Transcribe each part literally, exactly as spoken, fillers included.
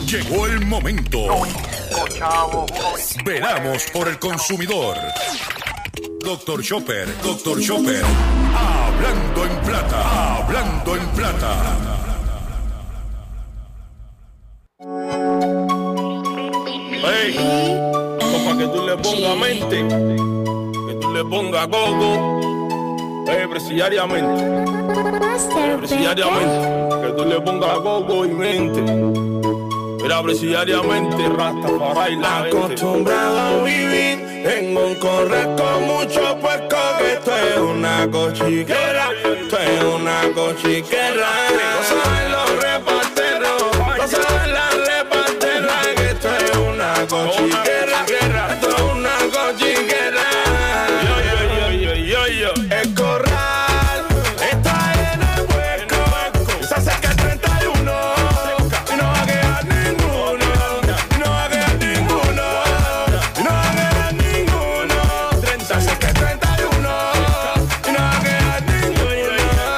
Llegó el momento. Veramos por el consumidor. Doctor Chopper, Doctor Chopper. Hablando en plata, hablando en plata. Hey, para que tú le pongas mente, que tú le pongas gogo, hey, presidiariamente, hey, presidiariamente, que tú le pongas gogo y mente, mira, presidiariamente, Rastafari la mente. Acostumbrado a vivir en un correr con mucho puerco, que esto es una cochiquera, esto es una cochiquera. No saben los reparteros, no saben las reparteras, que esto es una cochiquera, esto es una cochiquera. Yo, yo, yo, yo, yo, yo. El corral está en el hueco, se acerca el treinta y uno y no va a quedar ninguno, y no va a quedar ninguno, y no va a quedar ninguno. Se acerca el treinta y uno y no va a quedar ninguno.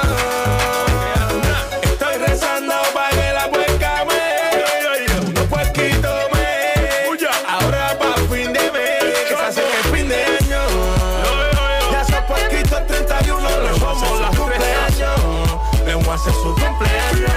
Estoy rezando para que la puerca me, los puerquitos me, ahora pa' fin de mes, que se acerca el fin de año. Ya esos puerquitos treinta y uno les vamos a hacer su cumpleaños, les voy a hacer su cumpleaños.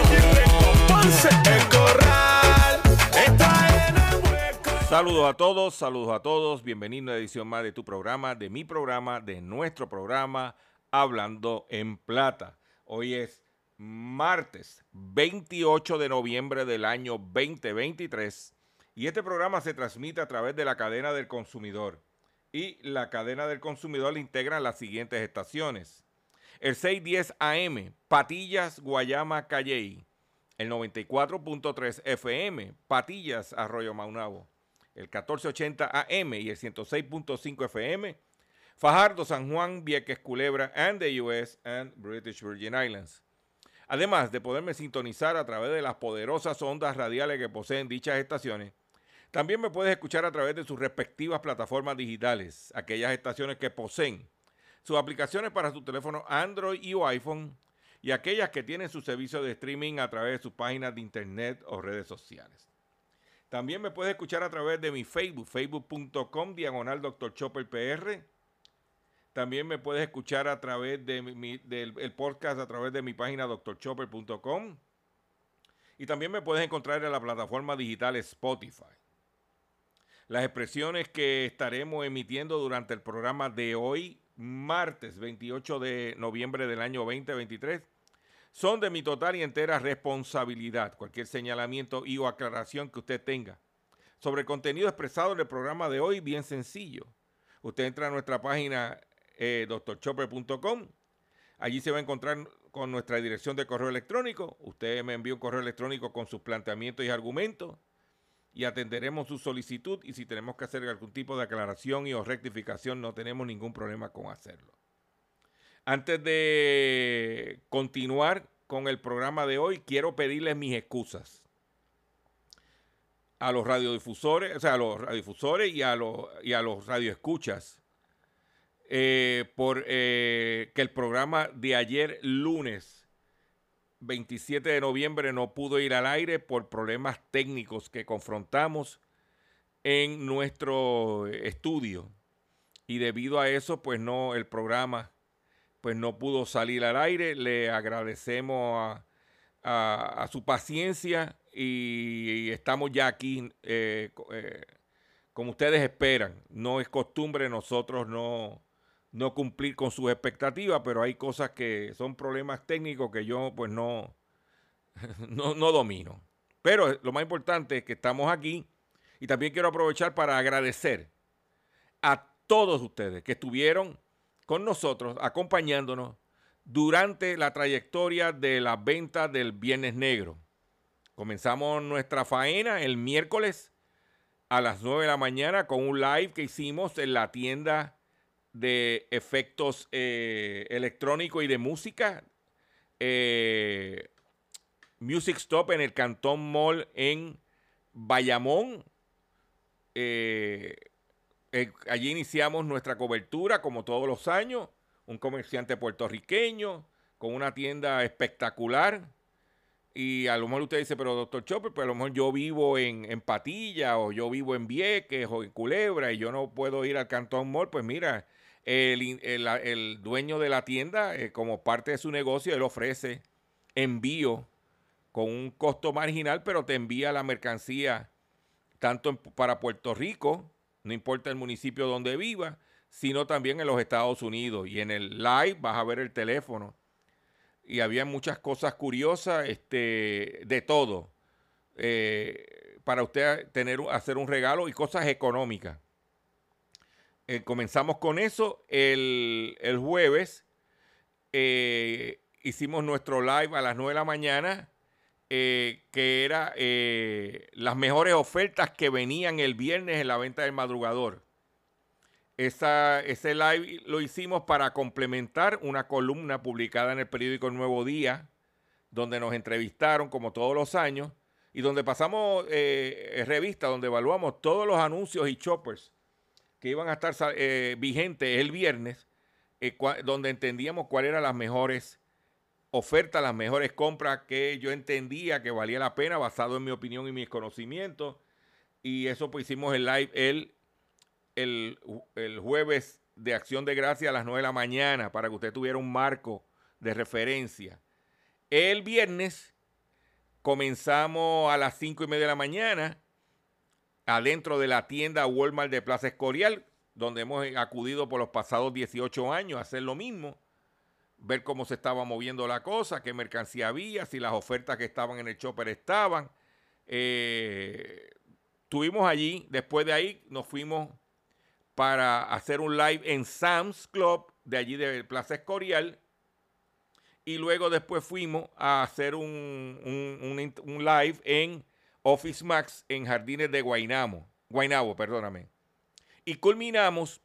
El corral está en el hueco. Saludos a todos, saludos a todos. Bienvenidos a una edición más de tu programa, de mi programa, de nuestro programa, Hablando en Plata. Hoy es martes veintiocho de noviembre del año veinte veintitrés y este programa se transmite a través de la cadena del consumidor. Y la cadena del consumidor le integran las siguientes estaciones: el seiscientos diez A M, Patillas, Guayama, Calley; el noventa y cuatro punto tres F M, Patillas, Arroyo Maunabo; el catorce ochenta A M y el ciento seis punto cinco F M, Fajardo, San Juan, Vieques, Culebra, and the U S and British Virgin Islands. Además de poderme sintonizar a través de las poderosas ondas radiales que poseen dichas estaciones, también me puedes escuchar a través de sus respectivas plataformas digitales, aquellas estaciones que poseen sus aplicaciones para su teléfono Android y o iPhone, y aquellas que tienen su servicio de streaming a través de sus páginas de internet o redes sociales. También me puedes escuchar a través de mi Facebook, facebook punto com, diagonal Doctor Chopper P R. También me puedes escuchar a través de mi, del el podcast a través de mi página doctor chopper punto com. Y también me puedes encontrar en la plataforma digital Spotify. Las expresiones que estaremos emitiendo durante el programa de hoy, martes veintiocho de noviembre del año veinte veintitrés, son de mi total y entera responsabilidad. Cualquier señalamiento y o aclaración que usted tenga sobre el contenido expresado en el programa de hoy, bien sencillo. Usted entra a nuestra página eh, doctor chopper punto com. Allí se va a encontrar con nuestra dirección de correo electrónico. Usted me envía un correo electrónico con sus planteamientos y argumentos y atenderemos su solicitud, y si tenemos que hacer algún tipo de aclaración y o rectificación, no tenemos ningún problema con hacerlo. Antes de continuar con el programa de hoy, quiero pedirles mis excusas a los radiodifusores, o sea, a los radiodifusores y a los, y a los radioescuchas eh, por eh, que el programa de ayer lunes veintisiete de noviembre no pudo ir al aire por problemas técnicos que confrontamos en nuestro estudio, y debido a eso pues no el programa pues no pudo salir al aire. Le agradecemos a, a, a su paciencia y, y estamos ya aquí eh, eh, como ustedes esperan. No es costumbre nosotros no no cumplir con sus expectativas, pero hay cosas que son problemas técnicos que yo pues no, no, no domino. Pero lo más importante es que estamos aquí, y también quiero aprovechar para agradecer a todos ustedes que estuvieron con nosotros, acompañándonos durante la trayectoria de las ventas del Viernes Negro. Comenzamos nuestra faena el miércoles a las nueve de la mañana con un live que hicimos en la tienda de efectos eh, electrónicos y de música, eh, Music Stop, en el Cantón Mall en Bayamón. Eh, eh, allí iniciamos nuestra cobertura como todos los años, un comerciante puertorriqueño con una tienda espectacular Y a lo mejor usted dice, pero doctor Chopper, pues a lo mejor yo vivo en, en Patilla o yo vivo en Vieques o en Culebra y yo no puedo ir al Cantón Mall. Pues mira, el, el, el dueño de la tienda, eh, como parte de su negocio, él ofrece envío con un costo marginal, pero te envía la mercancía tanto en, para Puerto Rico, no importa el municipio donde viva, sino también en los Estados Unidos. Y en el live vas a ver el teléfono. Y había muchas cosas curiosas, este, de todo, eh, para usted tener, hacer un regalo y cosas económicas. Eh, comenzamos con eso el, el jueves. Eh, hicimos nuestro live a las nueve de la mañana, eh, que era eh, las mejores ofertas que venían el viernes en la venta del madrugador. Esa, ese live lo hicimos para complementar una columna publicada en el periódico El Nuevo Día, donde nos entrevistaron como todos los años y donde pasamos eh, revista, donde evaluamos todos los anuncios y choppers que iban a estar eh, vigentes el viernes, eh, donde entendíamos cuáles eran las mejores ofertas, las mejores compras que yo entendía que valía la pena basado en mi opinión y mis conocimientos. Y eso pues hicimos el live el El, el jueves de Acción de Gracias a las nueve de la mañana para que usted tuviera un marco de referencia. El viernes comenzamos a las cinco y media de la mañana adentro de la tienda Walmart de Plaza Escorial, donde hemos acudido por los pasados dieciocho años a hacer lo mismo, ver cómo se estaba moviendo la cosa, qué mercancía había, si las ofertas que estaban en el shopper estaban. Eh, estuvimos allí, después de ahí nos fuimos para hacer un live en Sam's Club, de allí de Plaza Escorial, y luego después fuimos a hacer un, un, un, un live en Office Max en Jardines de Guaynabo, Guaynabo, perdóname. Y culminamos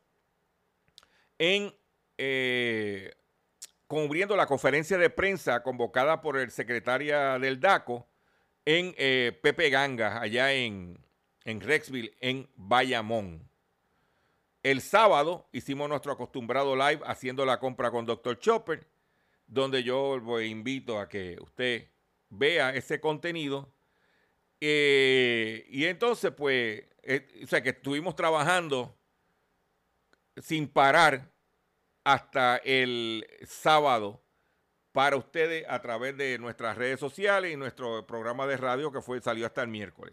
en eh, cubriendo la conferencia de prensa convocada por el secretario del DACO en eh, Pepe Ganga, allá en, en Rexville, en Bayamón. El sábado hicimos nuestro acostumbrado live haciendo la compra con doctor Chopper, donde yo pues, invito a que usted vea ese contenido. Eh, y entonces, pues, eh, o sea, que estuvimos trabajando sin parar hasta el sábado para ustedes a través de nuestras redes sociales y nuestro programa de radio que fue salió hasta el miércoles.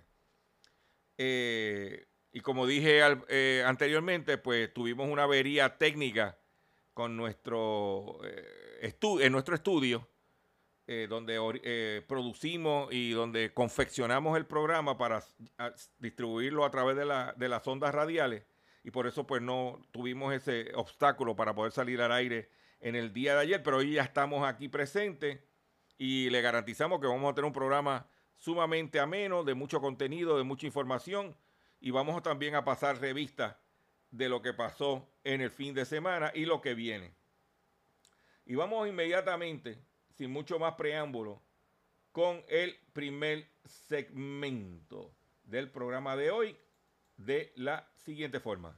Eh, Y como dije al, eh, anteriormente, pues tuvimos una avería técnica con nuestro, eh, estu en nuestro estudio, eh, donde eh, producimos y donde confeccionamos el programa para a, distribuirlo a través de, la, de las ondas radiales. Y por eso pues no tuvimos ese obstáculo para poder salir al aire en el día de ayer. Pero hoy ya estamos aquí presentes y le garantizamos que vamos a tener un programa sumamente ameno, de mucho contenido, de mucha información. Y vamos también a pasar revista de lo que pasó en el fin de semana y lo que viene. Y vamos inmediatamente, sin mucho más preámbulo, con el primer segmento del programa de hoy de la siguiente forma.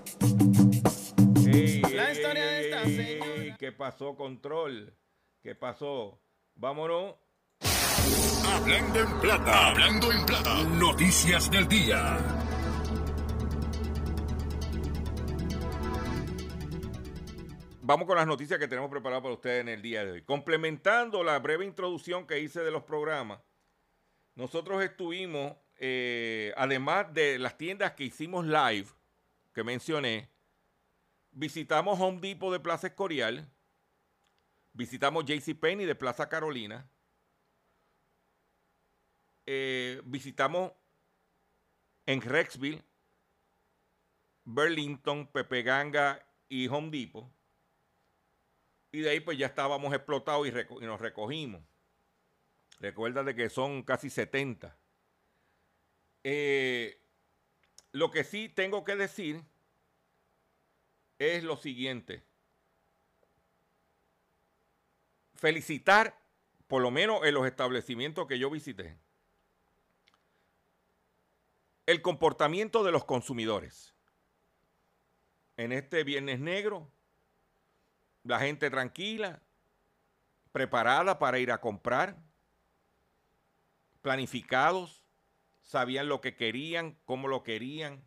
Hey, La hey, historia hey, de esta hey, señora. hey, ¿qué pasó, Control? ¿Qué pasó? Vámonos. Hablando en plata. Hablando en plata. Noticias del día. Vamos con las noticias que tenemos preparadas para ustedes en el día de hoy. Complementando la breve introducción que hice de los programas, nosotros estuvimos, eh, además de las tiendas que hicimos live, que mencioné, visitamos Home Depot de Plaza Escorial, visitamos JCPenney de Plaza Carolina, eh, visitamos en Rexville, Burlington, Pepe Ganga y Home Depot. Y de ahí pues ya estábamos explotados y, reco y nos recogimos. Recuérdate que son casi setenta. Eh, lo que sí tengo que decir es lo siguiente. Felicitar, por lo menos en los establecimientos que yo visité, el comportamiento de los consumidores. En este Viernes Negro, la gente tranquila, preparada para ir a comprar. planificados, sabían lo que querían, cómo lo querían.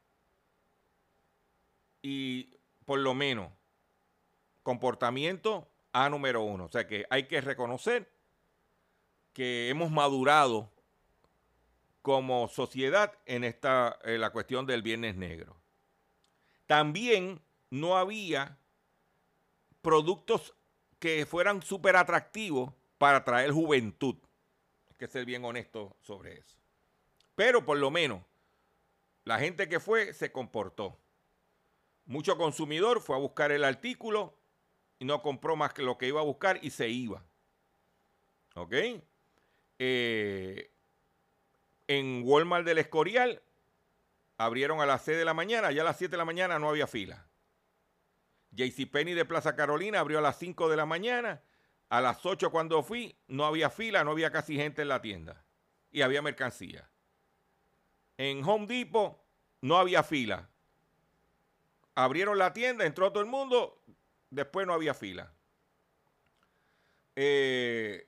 Y por lo menos, comportamiento A número uno. O sea que hay que reconocer que hemos madurado como sociedad en esta en la cuestión del Viernes Negro. También no había productos que fueran súper atractivos para atraer juventud. Hay que ser bien honesto sobre eso. Pero por lo menos la gente que fue se comportó. Mucho consumidor fue a buscar el artículo y no compró más que lo que iba a buscar y se iba. ¿Ok? Eh, en Walmart del Escorial abrieron a las seis de la mañana, ya a las siete de la mañana no había fila. JCPenney de Plaza Carolina abrió a las cinco de la mañana, a las ocho cuando fui no había fila, no había casi gente en la tienda y había mercancía. En Home Depot no había fila. Abrieron la tienda, entró todo el mundo, después no había fila. Eh,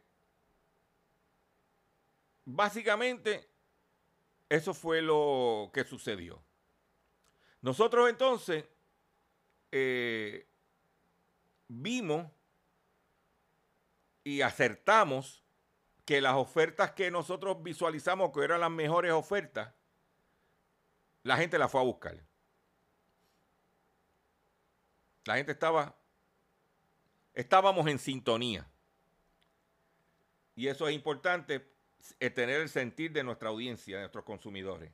básicamente, eso fue lo que sucedió. Nosotros entonces eh, vimos y acertamos que las ofertas que nosotros visualizamos que eran las mejores ofertas, la gente las fue a buscar. La gente estaba, estábamos en sintonía. Y eso es importante, es tener el sentir de nuestra audiencia, de nuestros consumidores.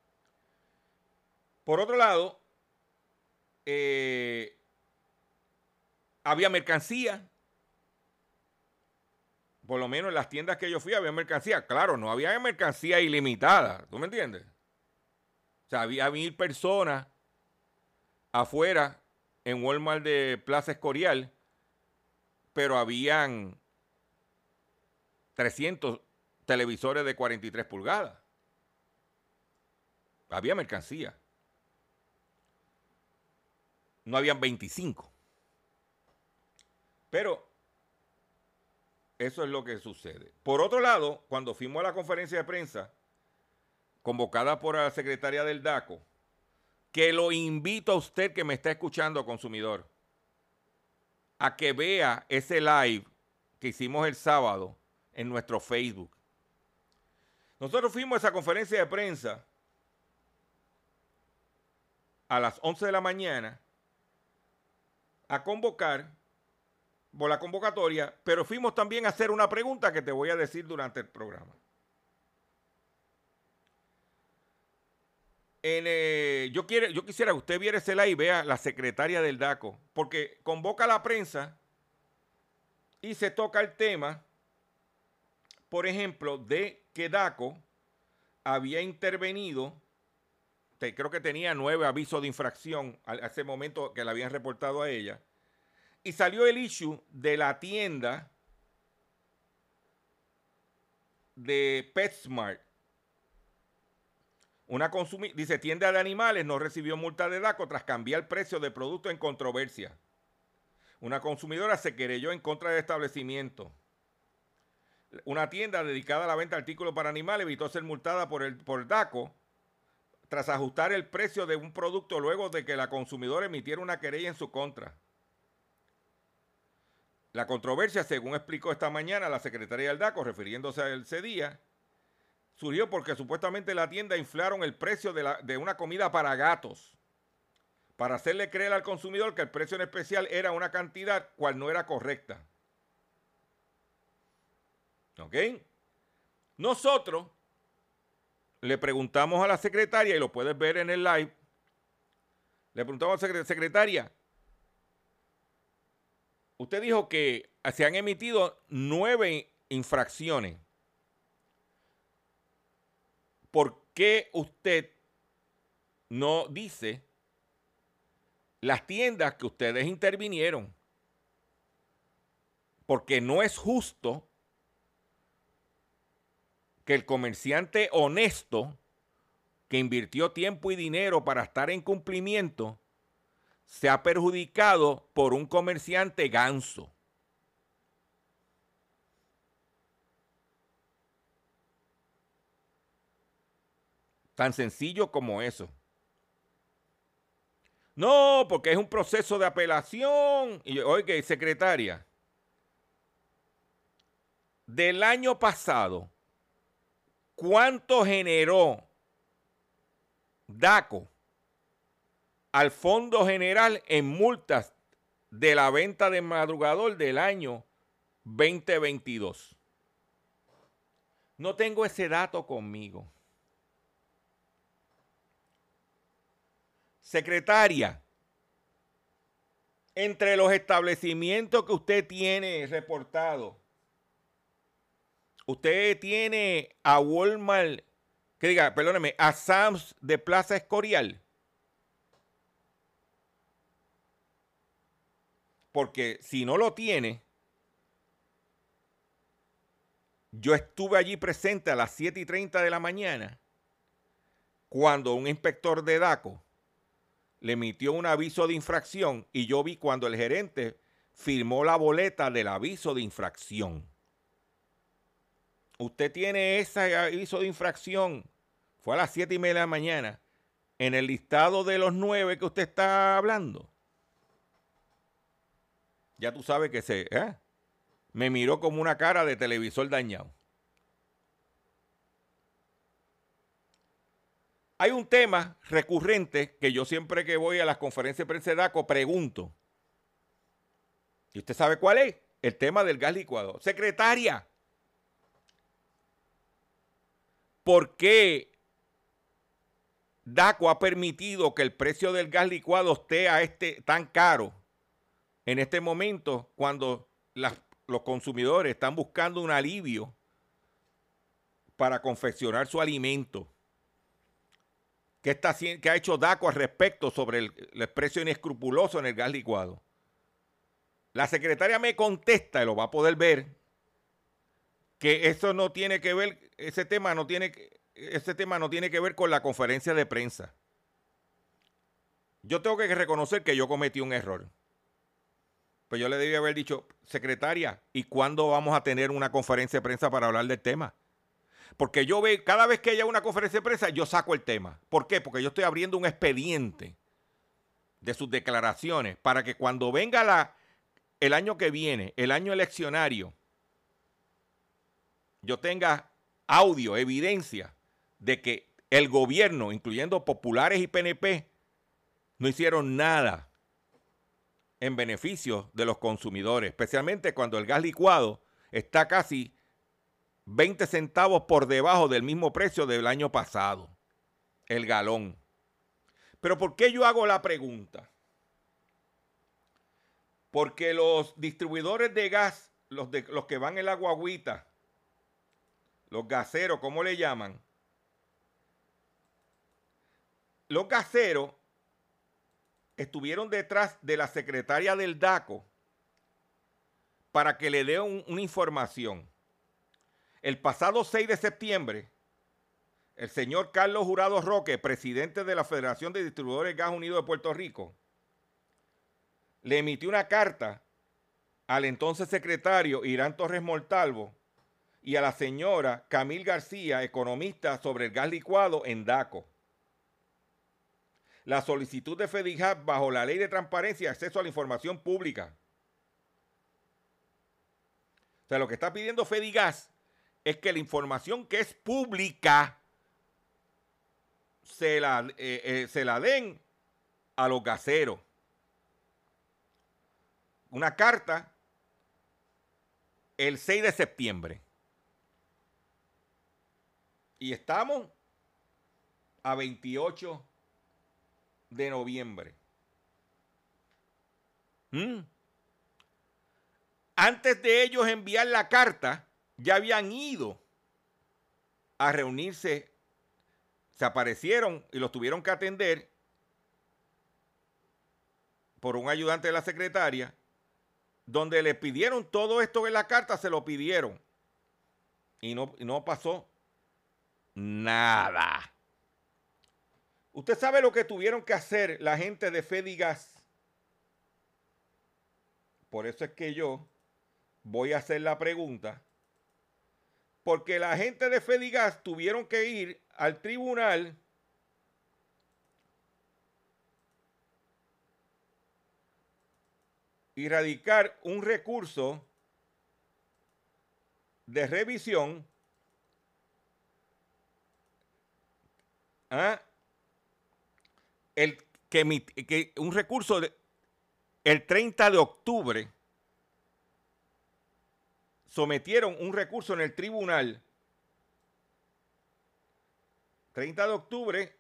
Por otro lado, eh, había mercancía. Por lo menos en las tiendas que yo fui había mercancía. Claro, no había mercancía ilimitada. ¿Tú me entiendes? O sea, había mil personas afuera en Walmart de Plaza Escorial, pero habían trescientos televisores de cuarenta y tres pulgadas. Había mercancía. No habían veinticinco. Pero eso es lo que sucede. Por otro lado, cuando fuimos a la conferencia de prensa, convocada por la secretaria del DACO, que lo invito a usted que me está escuchando, consumidor, a que vea ese live que hicimos el sábado en nuestro Facebook. Nosotros fuimos a esa conferencia de prensa a las once de la mañana a convocar por la convocatoria, pero fuimos también a hacer una pregunta que te voy a decir durante el programa. En, eh, yo, quiero, yo quisiera que usted viera ese live y vea la secretaria del DACO, porque convoca a la prensa y se toca el tema, por ejemplo, de que DACO había intervenido, te, creo que tenía nueve avisos de infracción a, a ese momento que le habían reportado a ella, y salió el issue de la tienda de PetSmart. Una consumi- dice, tienda de animales no recibió multa de DACO tras cambiar el precio de producto en controversia. Una consumidora se querelló en contra del establecimiento. Una tienda dedicada a la venta de artículos para animales evitó ser multada por el por DACO tras ajustar el precio de un producto luego de que la consumidora emitiera una querella en su contra. La controversia, según explicó esta mañana la secretaria del DACO, refiriéndose a ese día, surgió porque supuestamente la tienda inflaron el precio de, la, de una comida para gatos para hacerle creer al consumidor que el precio en especial era una cantidad cual no era correcta. ¿Ok? Nosotros le preguntamos a la secretaria, y lo puedes ver en el live, le preguntamos a la secretaria, usted dijo que se han emitido nueve infracciones. ¿Por qué usted no dice las tiendas que ustedes intervinieron? Porque no es justo que el comerciante honesto que invirtió tiempo y dinero para estar en cumplimiento sea perjudicado por un comerciante ganso. Tan sencillo como eso. No, porque es un proceso de apelación. Y yo, oiga, secretaria, del año pasado, ¿cuánto generó DACO al Fondo General en multas de la venta de madrugador del año veinte veintidós? No tengo ese dato conmigo. Secretaria, entre los establecimientos que usted tiene reportado, usted tiene a Walmart, que diga, perdóneme, a Sam's de Plaza Escorial. Porque si no lo tiene, yo estuve allí presente a las siete y treinta de la mañana cuando un inspector de DACO le emitió un aviso de infracción y yo vi cuando el gerente firmó la boleta del aviso de infracción. Usted tiene ese aviso de infracción, fue a las siete y media de la mañana, en el listado de los nueve que usted está hablando. Ya tú sabes que se, ¿eh? Me miró como una cara de televisor dañado. Hay un tema recurrente que yo siempre que voy a las conferencias de prensa de DACO pregunto. ¿Y usted sabe cuál es? El tema del gas licuado. Secretaria, ¿por qué DACO ha permitido que el precio del gas licuado esté a este tan caro en este momento cuando las, los consumidores están buscando un alivio para confeccionar su alimento? ¿Qué, está, qué ha hecho DACO al respecto sobre el, el precio inescrupuloso en el gas licuado? La secretaria me contesta, y lo va a poder ver, que eso no tiene que ver, ese tema no tiene, ese tema no tiene que ver con la conferencia de prensa. Yo tengo que reconocer que yo cometí un error. Pues yo le debí haber dicho, secretaria, ¿y cuándo vamos a tener una conferencia de prensa para hablar del tema? Porque yo veo, cada vez que haya una conferencia de prensa, yo saco el tema. ¿Por qué? Porque yo estoy abriendo un expediente de sus declaraciones para que cuando venga la, el año que viene, el año eleccionario, yo tenga audio, evidencia de que el gobierno, incluyendo populares y P N P, no hicieron nada en beneficio de los consumidores, especialmente cuando el gas licuado está casi veinte centavos por debajo del mismo precio del año pasado, el galón. Pero ¿por qué yo hago la pregunta? Porque los distribuidores de gas, los, de, los que van en la guaguita, los gaseros, ¿cómo le llaman? Los gaseros estuvieron detrás de la secretaria del DACO para que le dé un, una información. El pasado seis de septiembre, el señor Carlos Jurado Roque, presidente de la Federación de Distribuidores de Gas Unidos de Puerto Rico, le emitió una carta al entonces secretario Irán Torres Montalvo y a la señora Camil García, economista, sobre el gas licuado en DACO. La solicitud de FEDIGAS bajo la Ley de Transparencia y Acceso a la Información Pública. O sea, lo que está pidiendo FEDIGAS es que la información que es pública se la, eh, eh, se la den a los gaseros. Una carta el seis de septiembre. Y estamos a veintiocho de noviembre. ¿Mm? Antes de ellos enviar la carta, ya habían ido a reunirse, se aparecieron y los tuvieron que atender por un ayudante de la secretaria, donde le pidieron todo esto en la carta, se lo pidieron y no, y no pasó nada. Usted sabe lo que tuvieron que hacer la gente de FEDIGAS. Por eso es que yo voy a hacer la pregunta. Porque la gente de FEDIGAS tuvieron que ir al tribunal y radicar un recurso de revisión ¿ah? el, que, que un recurso de, el treinta de octubre sometieron un recurso en el tribunal. treinta de octubre,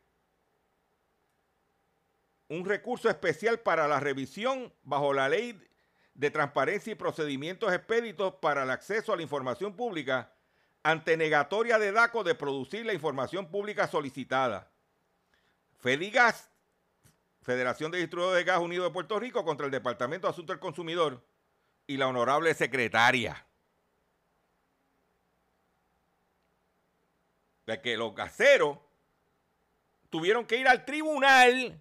un recurso especial para la revisión bajo la ley de transparencia y procedimientos expeditos para el acceso a la información pública ante negatoria de DACO de producir la información pública solicitada. Fedigas, Federación de Distribuidores de Gas Unidos de Puerto Rico, contra el Departamento de Asuntos del Consumidor y la honorable secretaria. De que los gaseros tuvieron que ir al tribunal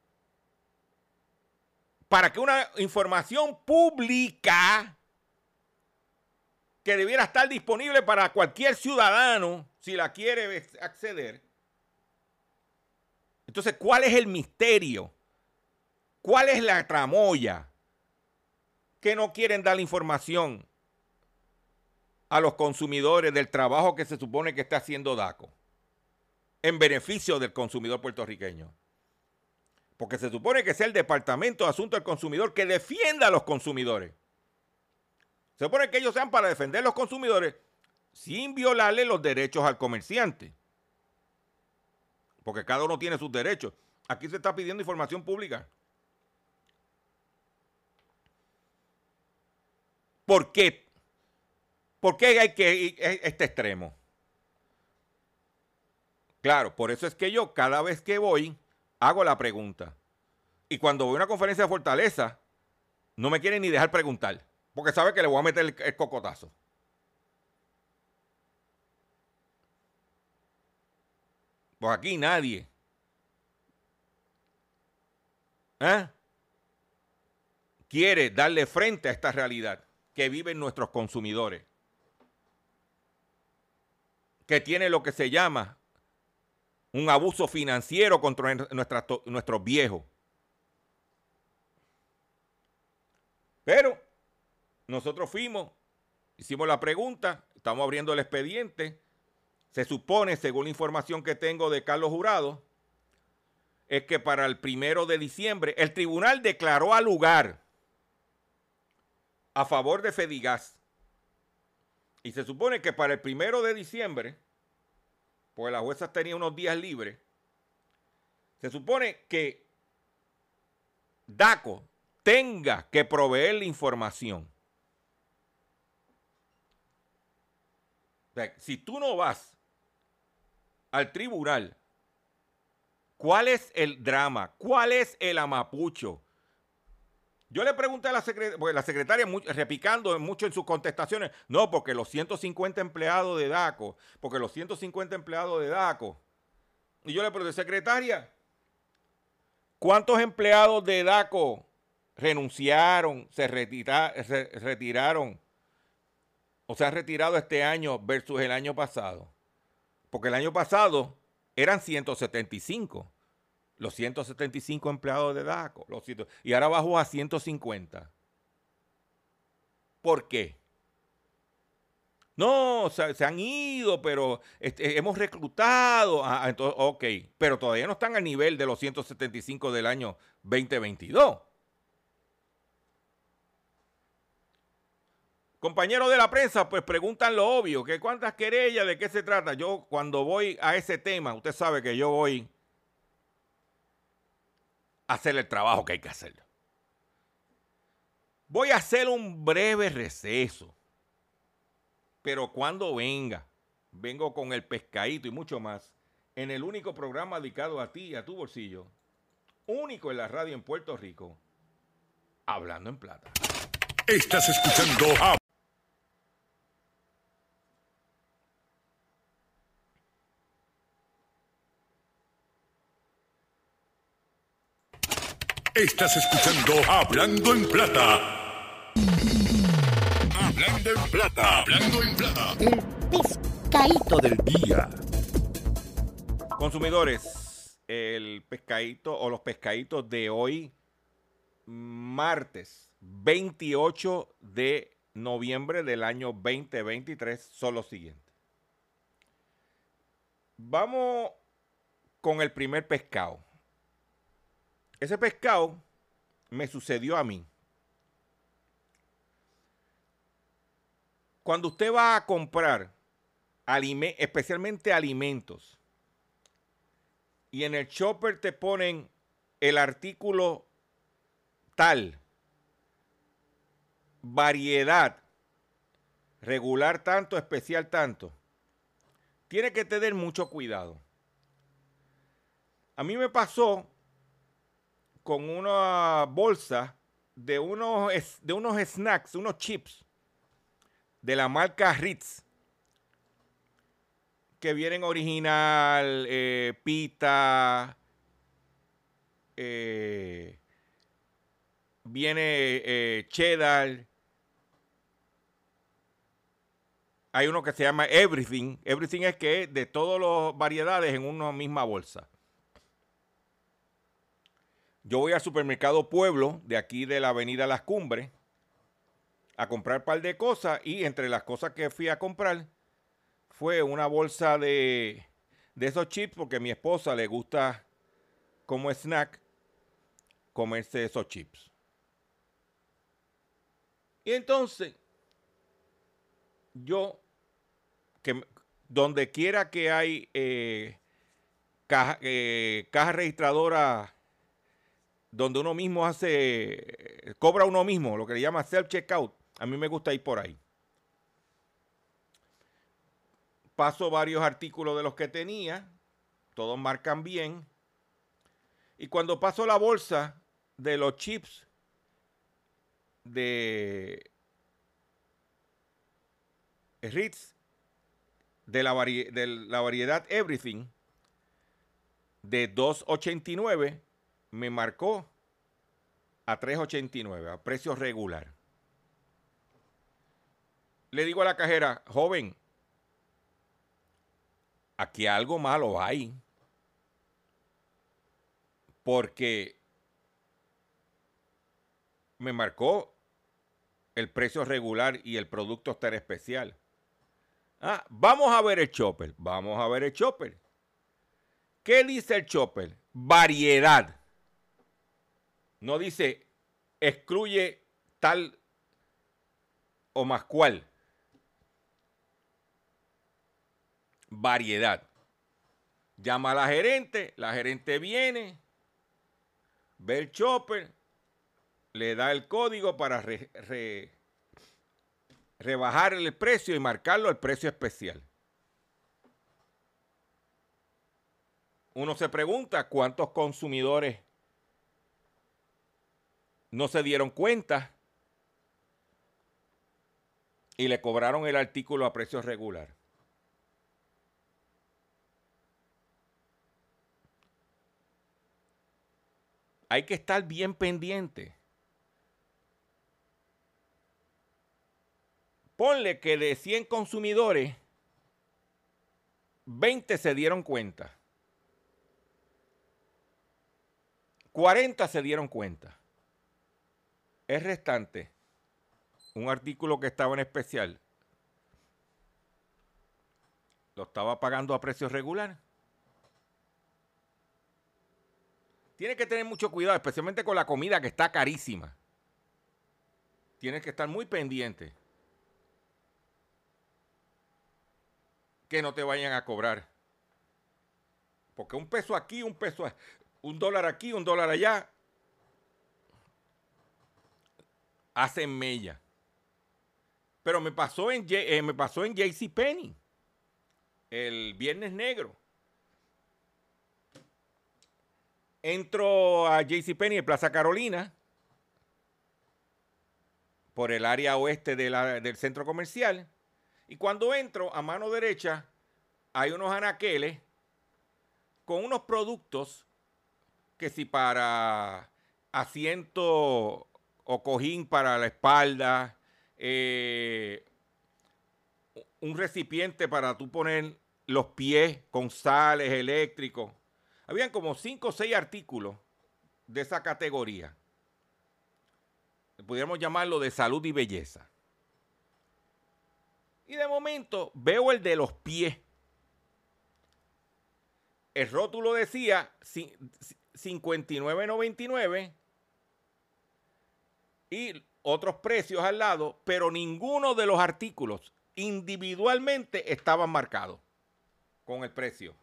para que una información pública que debiera estar disponible para cualquier ciudadano, si la quiere acceder. Entonces, ¿cuál es el misterio? ¿Cuál es la tramoya? Que no quieren dar la información a los consumidores del trabajo que se supone que está haciendo DACO en beneficio del consumidor puertorriqueño. Porque se supone que sea el Departamento de Asuntos del Consumidor que defienda a los consumidores. Se supone que ellos sean para defender a los consumidores sin violarle los derechos al comerciante. Porque cada uno tiene sus derechos. Aquí se está pidiendo información pública. ¿Por qué? ¿Por qué hay que ir a este extremo? Claro, por eso es que yo cada vez que voy hago la pregunta. Y cuando voy a una conferencia de Fortaleza, no me quieren ni dejar preguntar. Porque sabe que le voy a meter el, el cocotazo. Pues aquí nadie. ¿Eh? quiere darle frente a esta realidad que viven nuestros consumidores, que tiene lo que se llama un abuso financiero contra nuestra, nuestros viejos. Pero nosotros fuimos, hicimos la pregunta, estamos abriendo el expediente. Se supone, según la información que tengo de Carlos Jurado, es que para el primero de diciembre el tribunal declaró al lugar a favor de Fedigas. Y se supone que para el primero de diciembre, pues la jueza tenía unos días libres, se supone que DACO tenga que proveer la información. O sea, si tú no vas al tribunal, ¿cuál es el drama? ¿Cuál es el amapucho? Yo le pregunté a la secretaria, porque la secretaria repicando mucho en sus contestaciones, no, porque los ciento cincuenta empleados de DACO, porque los ciento cincuenta empleados de DACO. Y yo le pregunté, secretaria, ¿cuántos empleados de DACO renunciaron, se, retira, se retiraron o se han retirado este año versus el año pasado? Porque el año pasado eran ciento setenta y cinco. Los ciento setenta y cinco empleados de DACO. Los ciento, y ahora bajó a ciento cincuenta. ¿Por qué? No, se, se han ido, pero este, hemos reclutado. Ah, entonces, ok, pero todavía no están al nivel de los ciento setenta y cinco del año veinte veintidós. Compañeros de la prensa, pues preguntan lo obvio, que cuántas querellas, de qué se trata. Yo cuando voy a ese tema, usted sabe que yo voy a hacer el trabajo que hay que hacer. Voy a hacer un breve receso, pero cuando venga, vengo con el pescadito y mucho más, en el único programa dedicado a ti y a tu bolsillo, único en la radio en Puerto Rico, Hablando en Plata. Estás escuchando a... Estás escuchando Hablando en Plata. Hablando en Plata. Hablando en Plata. El pescadito del día. Consumidores, el pescadito o los pescaditos de hoy, martes veintiocho de noviembre del año veinte veintitrés son los siguientes. Vamos con el primer pescado. Ese pescado me sucedió a mí. Cuando usted va a comprar, alime- especialmente alimentos, y en el shopper te ponen el artículo tal, variedad, regular tanto, especial tanto, tiene que tener mucho cuidado. A mí me pasó con una bolsa de unos, de unos snacks, unos chips de la marca Ritz, que vienen original, eh, pita, eh, viene eh, cheddar. Hay uno que se llama Everything. Everything es que es de todas las variedades en una misma bolsa. Yo voy al supermercado Pueblo, de aquí de la avenida Las Cumbres, a comprar un par de cosas, y entre las cosas que fui a comprar fue una bolsa de, de esos chips, porque a mi esposa le gusta como snack comerse esos chips. Y entonces, yo, que donde quiera que hay eh, caja, eh, caja registradora, donde uno mismo hace, cobra uno mismo, lo que le llama self-checkout, a mí me gusta ir por ahí. Paso varios artículos de los que tenía, todos marcan bien. Y cuando paso la bolsa de los chips de Ritz, de la, vari de la variedad Everything, de dos ochenta y nueve, me marcó a tres ochenta y nueve, a precio regular. Le digo a la cajera, joven, aquí algo malo hay, porque me marcó el precio regular y el producto está en especial. Ah, vamos a ver el chopper, vamos a ver el chopper. ¿Qué dice el chopper? Variedad. No dice excluye tal o más cual. Variedad. Llama a la gerente, la gerente viene, ve el chopper, le da el código para re, re, rebajar el precio y marcarlo al precio especial. Uno se pregunta cuántos consumidores no se dieron cuenta y le cobraron el artículo a precio regular. Hay que estar bien pendiente. Ponle que de cien consumidores, veinte se dieron cuenta. cuarenta se dieron cuenta. El restante, un artículo que estaba en especial, lo estaba pagando a precio regular. Tienes que tener mucho cuidado, especialmente con la comida que está carísima. Tienes que estar muy pendiente que no te vayan a cobrar. Porque un peso aquí, un peso, un dólar aquí, un dólar allá, hacen mella. Pero me pasó en, eh, me pasó en JCPenney el Viernes Negro. Entro a JCPenney en Plaza Carolina, por el área oeste de la, del centro comercial, y cuando entro, a mano derecha hay unos anaqueles con unos productos que si para asiento o cojín para la espalda, eh, un recipiente para tú poner los pies con sales eléctricos. Habían como cinco o seis artículos de esa categoría. pudiéramos llamarlo de salud y belleza. Y de momento veo el de los pies. El rótulo decía cincuenta y nueve noventa y nueve y otros precios al lado, pero ninguno de los artículos individualmente estaban marcados con el precio.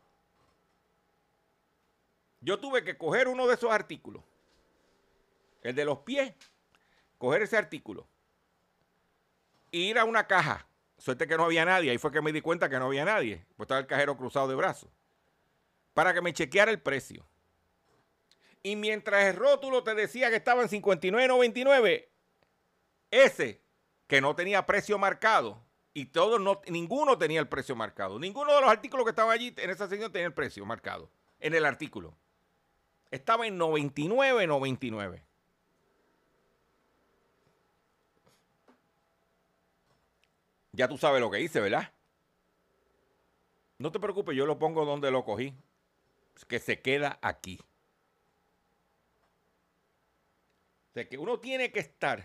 Yo tuve que coger uno de esos artículos, el de los pies, coger ese artículo, e ir a una caja. Suerte que no había nadie, ahí fue que me di cuenta que no había nadie, pues estaba el cajero cruzado de brazos, para que me chequeara el precio. Y mientras el rótulo te decía que estaba en cincuenta y nueve noventa y nueve, ese que no tenía precio marcado, y todos no, ninguno tenía el precio marcado. Ninguno de los artículos que estaban allí en esa sección tenía el precio marcado en el artículo. Estaba en noventa y nueve noventa y nueve. Ya tú sabes lo que hice, ¿verdad? No te preocupes, yo lo pongo donde lo cogí. Que se queda aquí. O sea, que uno tiene que estar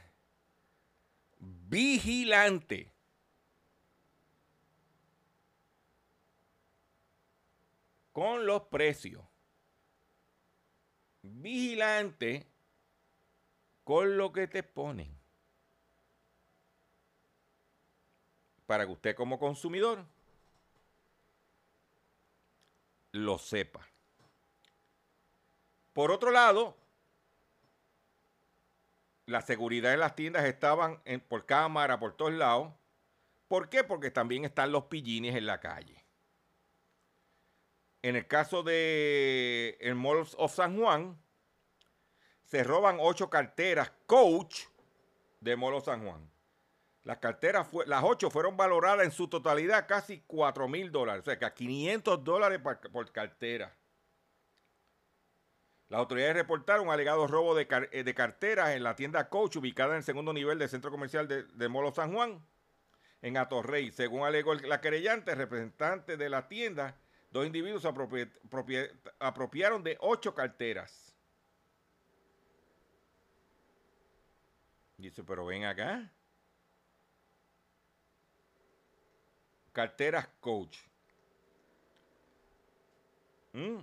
vigilante con los precios. Vigilante con lo que te ponen. Para que usted como consumidor lo sepa. Por otro lado, la seguridad en las tiendas estaban en, por cámara, por todos lados. ¿Por qué? Porque también están los pillines en la calle. En el caso de el Mall of San Juan, se roban ocho carteras Coach de Mall of San Juan. Las carteras, fue, las ocho fueron valoradas en su totalidad casi cuatro mil dólares. O sea, que a quinientos dólares por, por cartera. Las autoridades reportaron un alegado robo de, car de carteras en la tienda Coach, ubicada en el segundo nivel del centro comercial de, de Mall of San Juan, en Atorrey. Según alegó la querellante, representante de la tienda, dos individuos apropi apropi apropiaron de ocho carteras. Dice, pero ven acá. Carteras Coach. Mm.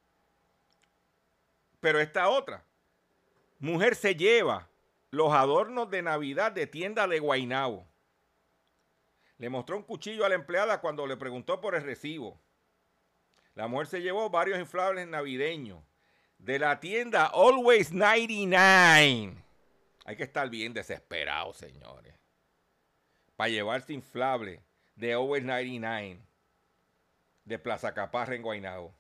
Pero esta otra. Mujer se lleva los adornos de Navidad de tienda de Guaynabo. Le mostró un cuchillo a la empleada cuando le preguntó por el recibo. La mujer se llevó varios inflables navideños de la tienda Always noventa y nueve. Hay que estar bien desesperado, señores, para llevarse inflables de Always noventa y nueve de Plaza Caparra en Guaynabo.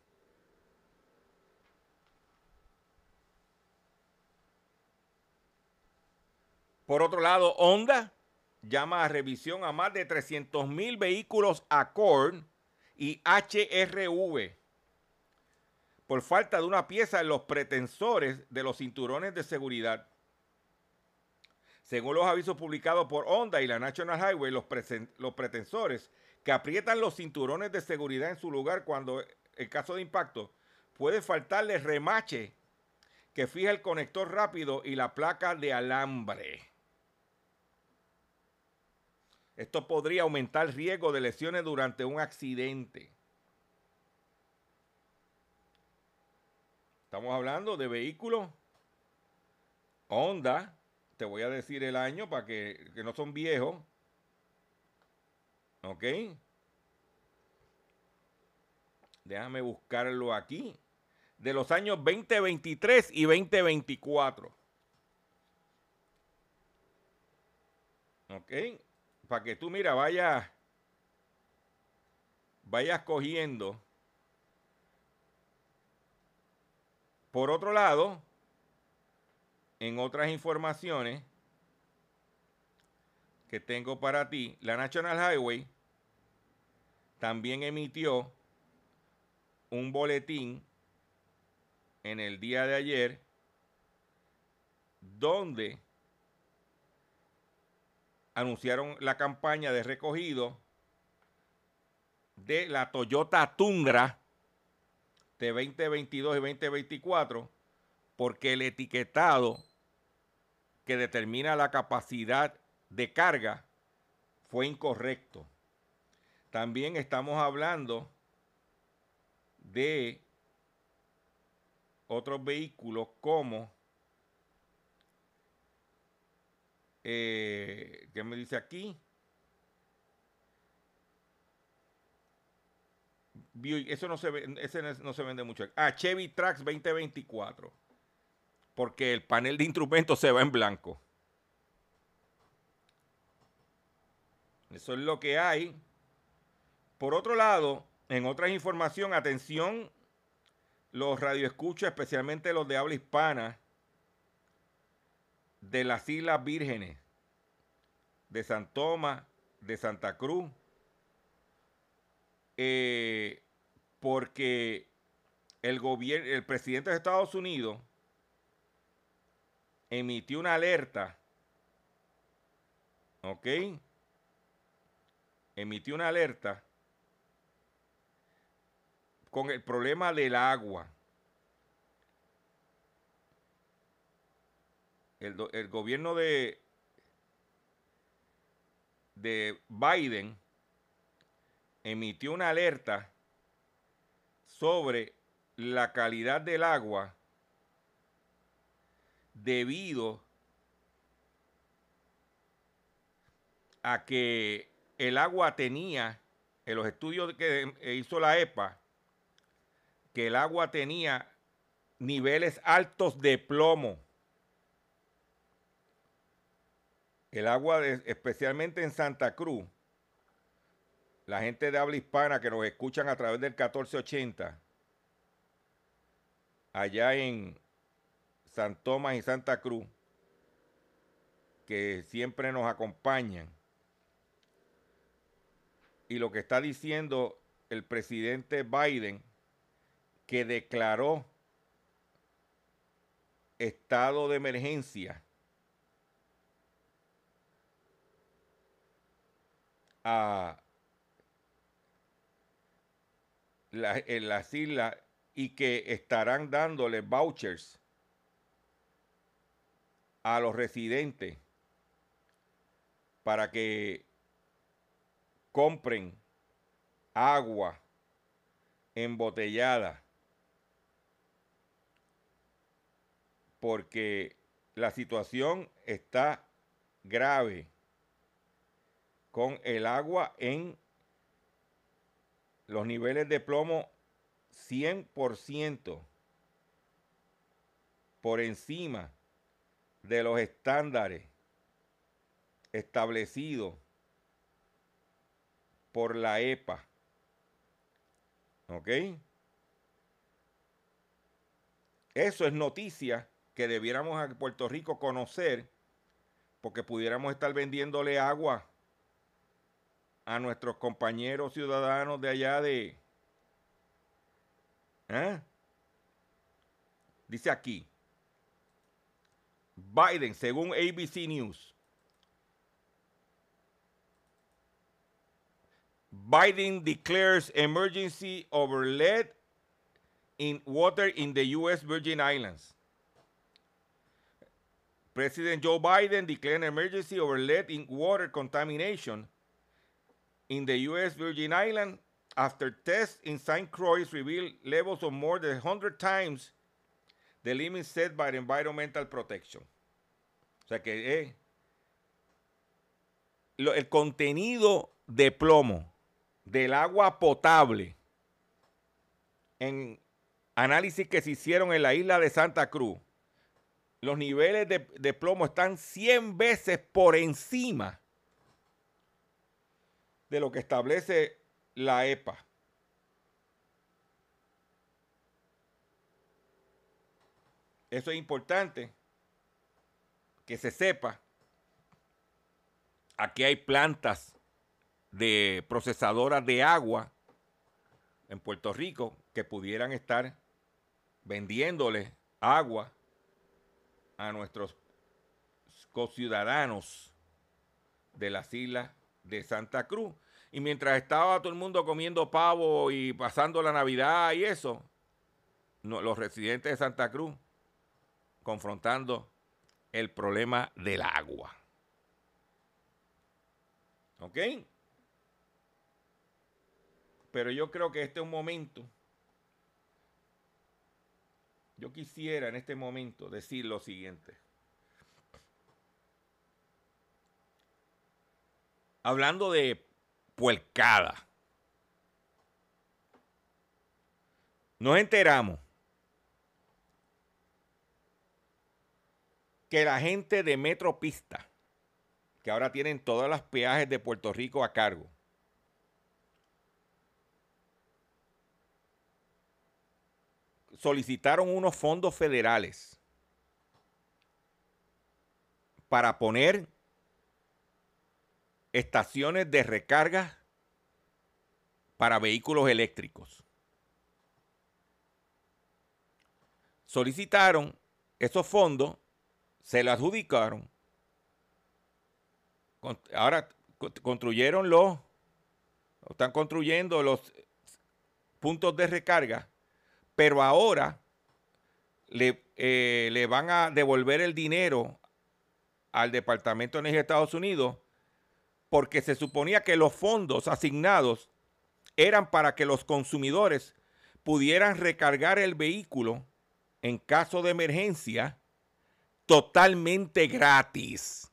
Por otro lado, Honda llama a revisión a más de trescientos mil vehículos Accord y H R V por falta de una pieza en los pretensores de los cinturones de seguridad. Según los avisos publicados por Honda y la National Highway, los, los pretensores que aprietan los cinturones de seguridad en su lugar cuando, en caso de impacto, puede faltarle remache que fija el conector rápido y la placa de alambre. Esto podría aumentar el riesgo de lesiones durante un accidente. Estamos hablando de vehículos Honda. Te voy a decir el año para que, que no son viejos. ¿Ok? Déjame buscarlo aquí. De los años veinte veintitrés y veinte veinticuatro. ¿Ok? Para que tú, mira, vayas, vayas cogiendo. Por otro lado, en otras informaciones que tengo para ti, la National Highway también emitió un boletín en el día de ayer donde anunciaron la campaña de recogido de la Toyota Tundra de veinte veintidós y veinte veinticuatro porque el etiquetado que determina la capacidad de carga fue incorrecto. También estamos hablando de otros vehículos como, eh, ¿qué me dice aquí? Eso no se ve, ese no se vende mucho. Ah, Chevy Trax veinte veinticuatro. Porque el panel de instrumentos se va en blanco. Eso es lo que hay. Por otro lado, en otra información, atención, los radioescuchas, especialmente los de habla hispana, de las Islas Vírgenes, de San Tomás, de Santa Cruz, eh, porque el gobierno, el presidente de Estados Unidos emitió una alerta, ¿ok? Emitió una alerta con el problema del agua. El, el gobierno de, de Biden emitió una alerta sobre la calidad del agua debido a que el agua tenía, en los estudios que hizo la E P A, que el agua tenía niveles altos de plomo. El agua, de, especialmente en Santa Cruz, la gente de habla hispana que nos escuchan a través del catorce ochenta, allá en San Tomás y Santa Cruz, que siempre nos acompañan. Y lo que está diciendo el presidente Biden, que declaró estado de emergencia a la, en las islas y que estarán dándole vouchers a los residentes para que compren agua embotellada, porque la situación está grave con el agua en los niveles de plomo cien por ciento por encima de los estándares establecidos por la E P A. ¿Ok? Eso es noticia que debiéramos a Puerto Rico conocer, porque pudiéramos estar vendiéndole agua a nuestros compañeros ciudadanos de allá de... ¿Eh? Dice aquí, Biden, según A B C News, Biden declares emergency over lead in water in the U S Virgin Islands. President Joe Biden declared an emergency over lead in water contamination in the U S Virgin Islands after tests in Saint Croix revealed levels of more than one hundred times the limit set by the Environmental Protection. O sea que eh, lo, el contenido de plomo del agua potable en análisis que se hicieron en la isla de Santa Cruz, los niveles de, de plomo están cien veces por encima de lo que establece la E P A. Eso es importante que se sepa. Aquí hay plantas de procesadoras de agua en Puerto Rico que pudieran estar vendiéndole agua a nuestros conciudadanos de las islas de Santa Cruz. Y mientras estaba todo el mundo comiendo pavo y pasando la Navidad y eso, no, los residentes de Santa Cruz confrontando el problema del agua. ¿Ok? Pero yo creo que este es un momento, yo quisiera en este momento decir lo siguiente. Hablando de puercada, nos enteramos que la gente de Metropista, que ahora tienen todos los peajes de Puerto Rico a cargo, solicitaron unos fondos federales para poner estaciones de recarga para vehículos eléctricos. Solicitaron esos fondos, se los adjudicaron. Ahora construyeron los, están construyendo los puntos de recarga, pero ahora le, eh, le van a devolver el dinero al Departamento de Energía de Estados Unidos porque se suponía que los fondos asignados eran para que los consumidores pudieran recargar el vehículo en caso de emergencia totalmente gratis.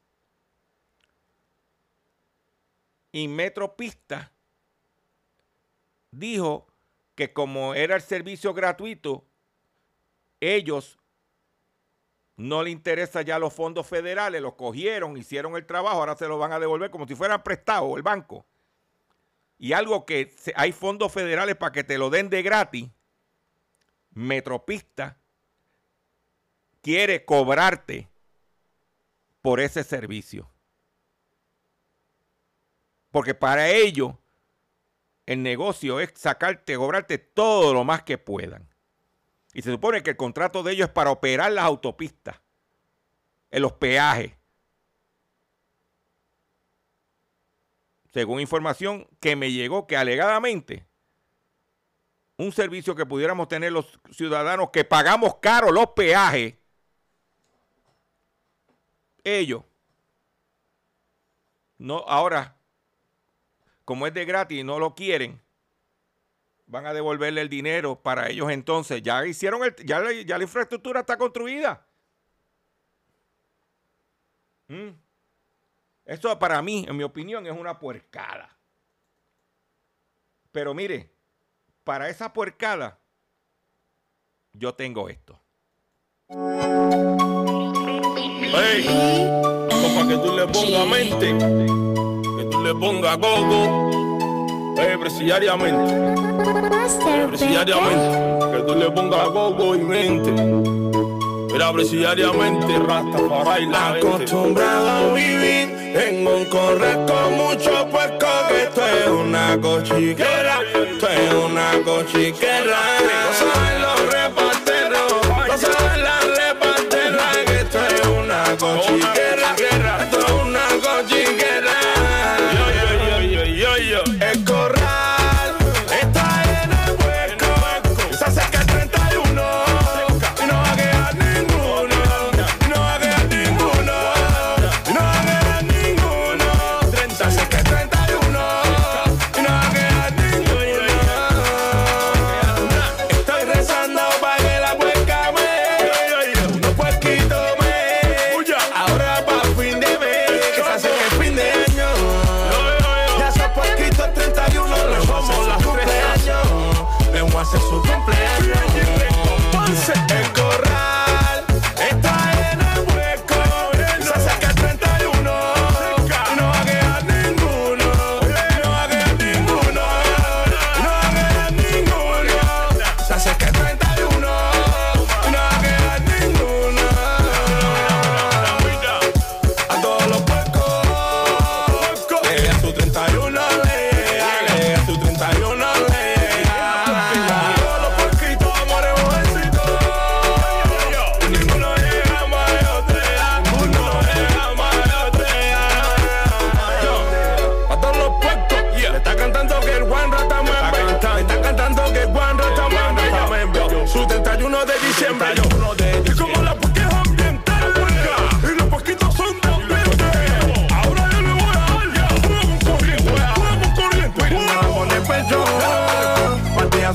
Y Metropista dijo que como era el servicio gratuito, ellos no les interesa ya los fondos federales, los cogieron, hicieron el trabajo, ahora se los van a devolver como si fueran prestados el banco. Y algo que se, hay fondos federales para que te lo den de gratis, Metropista quiere cobrarte por ese servicio. Porque para ellos el negocio es sacarte, cobrarte todo lo más que puedan. Y se supone que el contrato de ellos es para operar las autopistas, en los peajes. Según información que me llegó, que alegadamente un servicio que pudiéramos tener los ciudadanos que pagamos caro los peajes, ellos, no, ahora, como es de gratis y no lo quieren, van a devolverle el dinero para ellos entonces. Ya hicieron el, ya, la, ya la infraestructura está construida. ¿Mm? Eso para mí, en mi opinión, es una puercada. Pero mire, para esa puercada, yo tengo esto. Hey, para que tú le pongas mente, que tú le pongas gogo. Eh, presidiariamente, eh, presidiariamente, que tú le pongas gogo y mente. Era presidiariamente, Rastafari la gente. Acostumbrado a vivir en un corral con mucho puerco, que esto es una cochiquera, esto es una cochiquera. No saben los reparteros, no saben las reparteras, que esto es una cochiquera, esto es una cochiquera. Yo, yo, yo, yo, yo, yo. El corral está lleno de puerco, se acerca el treinta y uno y no va a quedar ninguno, y no va a quedar ninguno, y no va a quedar ninguno. Se acerca el treinta y uno y no va a quedar ninguno. Estoy rezando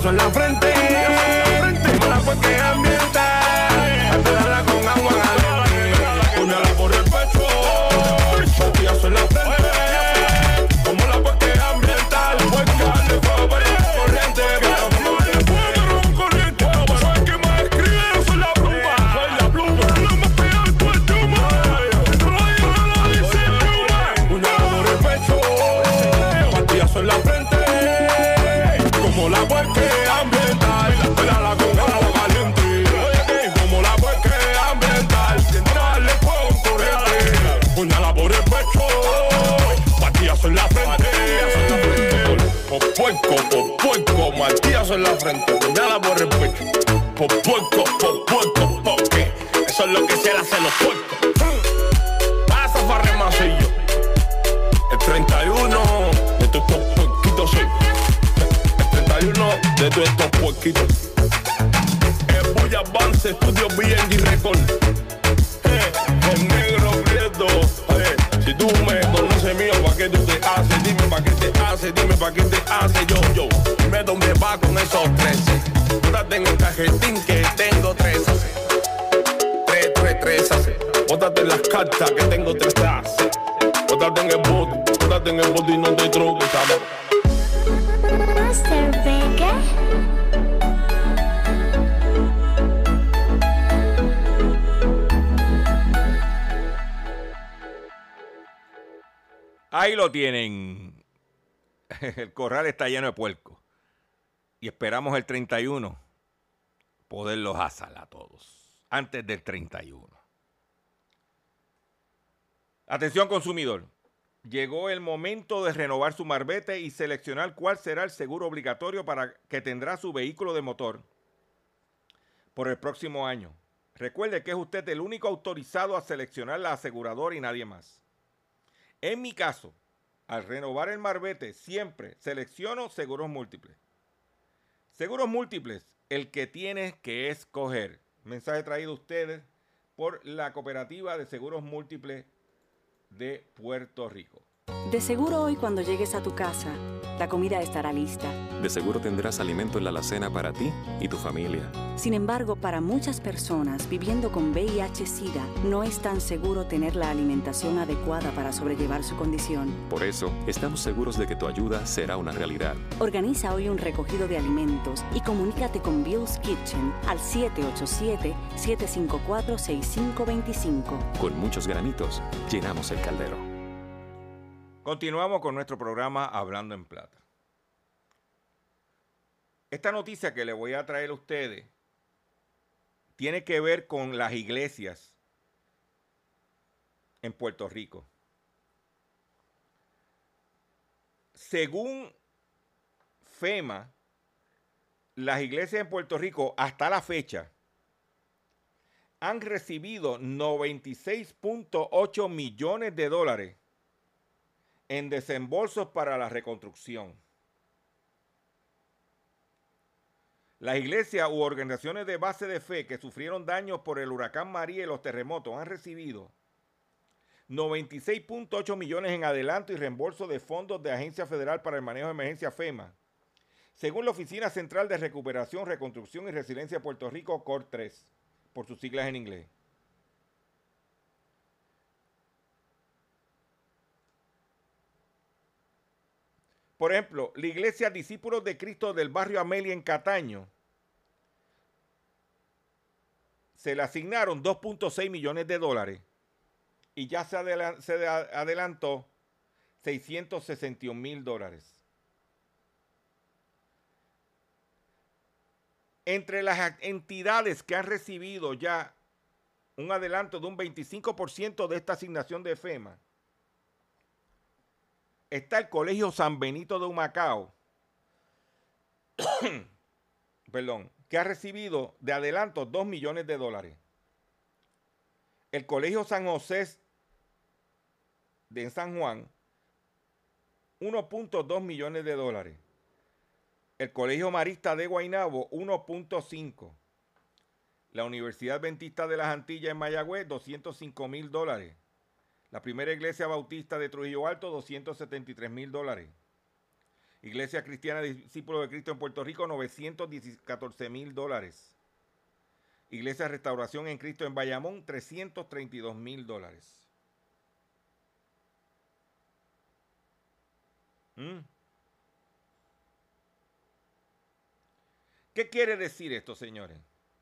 en la frente, como la porque ambiental, apelarla con agua caliente, puñala por el pecho, martillazo en la frente, como la porque ambiental, porque darle fuego por la corriente, corriente, soy quien más escribe, soy la pluma, soy la pluma, la más pegada en todo el tumor, puñala por el pecho, martillazo en la frente, como la porque ambiental, pélala con agua caliente, como la porque ambiental, darle fuego corriente, puñala por el pecho, martillazo en la frente, por puerco, por puerco, martillazo en la frente, puñala por el pecho, por puerco, por puerco, porque eso es lo que se le hace a los puercos. Pasa farremacillo, el treinta y uno de todos estos puerquitos, sí. Hay uno de todos estos puerquitos. El Bull Avance, Studio B N G Record. Eh, el negro prieto. Eh, si tú me conoces mío, ¿pa' qué tú te haces? Dime pa' qué te haces, dime pa' qué te haces. Yo, yo, dime dónde va con esos trece. Bótate en el cajetín que tengo tres hace. Tres, tres, tres hace. Bótate en las cartas que tengo tres hace. Bótate en el bote, bótate en el bote y no te troques, ¿sabes? Master Vega. Ahí lo tienen. El corral está lleno de puercos. Y esperamos el treinta y uno poderlos asar a todos. Antes del treinta y uno. Atención consumidor. Llegó el momento de renovar su marbete y seleccionar cuál será el seguro obligatorio para que tendrá su vehículo de motor por el próximo año. Recuerde que es usted el único autorizado a seleccionar la aseguradora y nadie más. En mi caso, al renovar el marbete, siempre selecciono seguros múltiples. Seguros múltiples, el que tienes que escoger. Mensaje traído a ustedes por la Cooperativa de Seguros Múltiples de Puerto Rico. De seguro hoy cuando llegues a tu casa, la comida estará lista. De seguro tendrás alimento en la alacena para ti y tu familia. Sin embargo, para muchas personas viviendo con V I H SIDA, no es tan seguro tener la alimentación adecuada para sobrellevar su condición. Por eso, estamos seguros de que tu ayuda será una realidad. Organiza hoy un recogido de alimentos y comunícate con Bill's Kitchen al siete ocho siete, siete cinco cuatro, seis cinco dos cinco. Con muchos granitos, llenamos el caldero. Continuamos con nuestro programa Hablando en Plata. Esta noticia que le voy a traer a ustedes tiene que ver con las iglesias en Puerto Rico. Según FEMA, las iglesias en Puerto Rico hasta la fecha han recibido noventa y seis punto ocho millones de dólares en desembolsos para la reconstrucción. Las iglesias u organizaciones de base de fe que sufrieron daños por el huracán María y los terremotos han recibido noventa y seis punto ocho millones en adelanto y reembolso de fondos de Agencia Federal para el Manejo de Emergencia FEMA, según la Oficina Central de Recuperación, Reconstrucción y Resiliencia de Puerto Rico, C O R tres, por sus siglas en inglés. Por ejemplo, la iglesia Discípulos de Cristo del barrio Amelia en Cataño se le asignaron dos punto seis millones de dólares y ya se, adelan- se adelantó seiscientos sesenta y un mil dólares. Entre las entidades que han recibido ya un adelanto de un veinticinco por ciento de esta asignación de FEMA, está el Colegio San Benito de Humacao, perdón, que ha recibido de adelanto dos millones de dólares. El Colegio San José de San Juan, uno punto dos millones de dólares. El Colegio Marista de Guaynabo, uno punto cinco. La Universidad Adventista de las Antillas en Mayagüez, doscientos cinco mil dólares. La Primera Iglesia Bautista de Trujillo Alto, doscientos setenta y tres mil dólares. Iglesia Cristiana Discípulos de Cristo en Puerto Rico, novecientos catorce mil dólares. Iglesia Restauración en Cristo en Bayamón, trescientos treinta y dos mil dólares. ¿Mm? ¿Qué quiere decir esto, señores?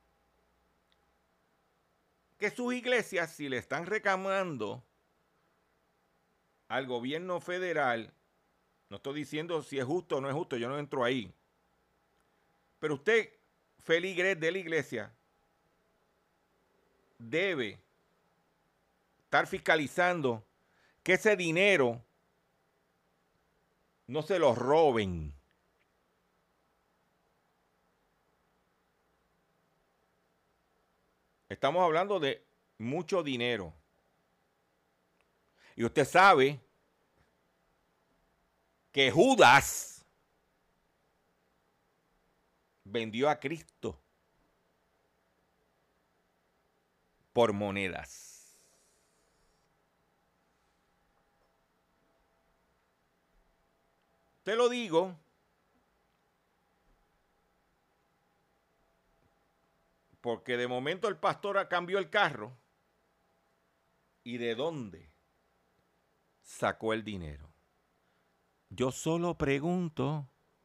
Que sus iglesias, si le están reclamando al gobierno federal, no estoy diciendo si es justo o no es justo, yo no entro ahí. Pero usted, feligres de la iglesia, debe estar fiscalizando que ese dinero no se lo roben. Estamos hablando de mucho dinero. Y usted sabe que Judas vendió a Cristo por monedas. Te lo digo porque de momento el pastor cambió el carro. ¿Y de dónde sacó el dinero? Yo solo pregunto.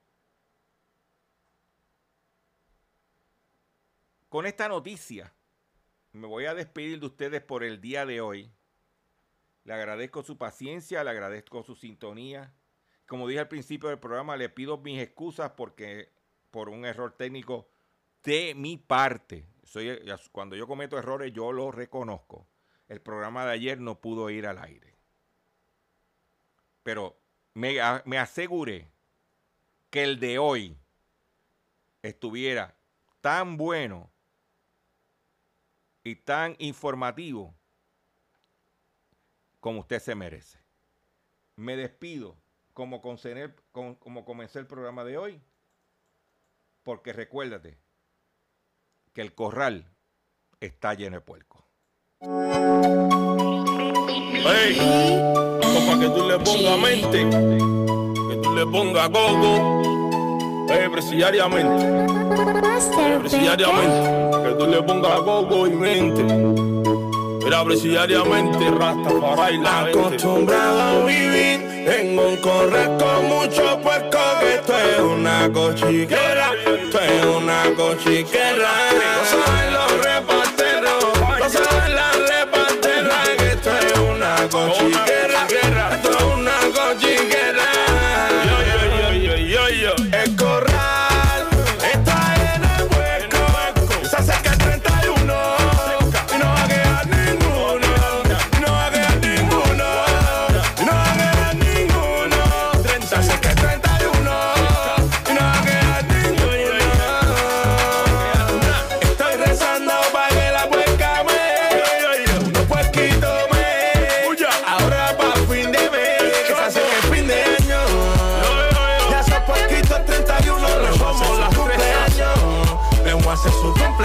Con esta noticia me voy a despedir de ustedes por el día de hoy. Le agradezco su paciencia, le agradezco su sintonía. Como dije al principio del programa, le pido mis excusas porque por un error técnico de mi parte. Soy, cuando yo cometo errores, yo los reconozco. El programa de ayer no pudo ir al aire. Pero me, me aseguré que el de hoy estuviera tan bueno y tan informativo como usted se merece. Me despido como, concener, como, como comencé el programa de hoy, porque recuérdate que el corral está lleno de puerco. Hey, para que tú le pongas mente, que tú le pongas gogo, hey, presidiariamente, hey, presidiariamente, que tú le pongas gogo y mente, mira, presidiariamente, Rastafari la gente. Acostumbrado a vivir en un corral con mucho puerco, que esto es una cochiquera, esto es una cochiquera. No saben los reparteros, no saben las reparteras, que esto es una cochiquera, esto es una cochiquera. Yo, yo, yo, yo, yo, yo. El corral está lleno de puerco, se acerca el treinta y uno y no va a quedar ninguno, y no va a quedar ninguno, y no va a quedar ninguno. Se acerca el treinta y uno y no va a quedar ninguno. Estoy rezando para que la puerca me, los puerquitos me, ahora para fin de mes, que se acerca el fin de año. Ya esos puerquitos treinta y uno los vamos a cumpleaños, le voy a hacer su cumpleaños.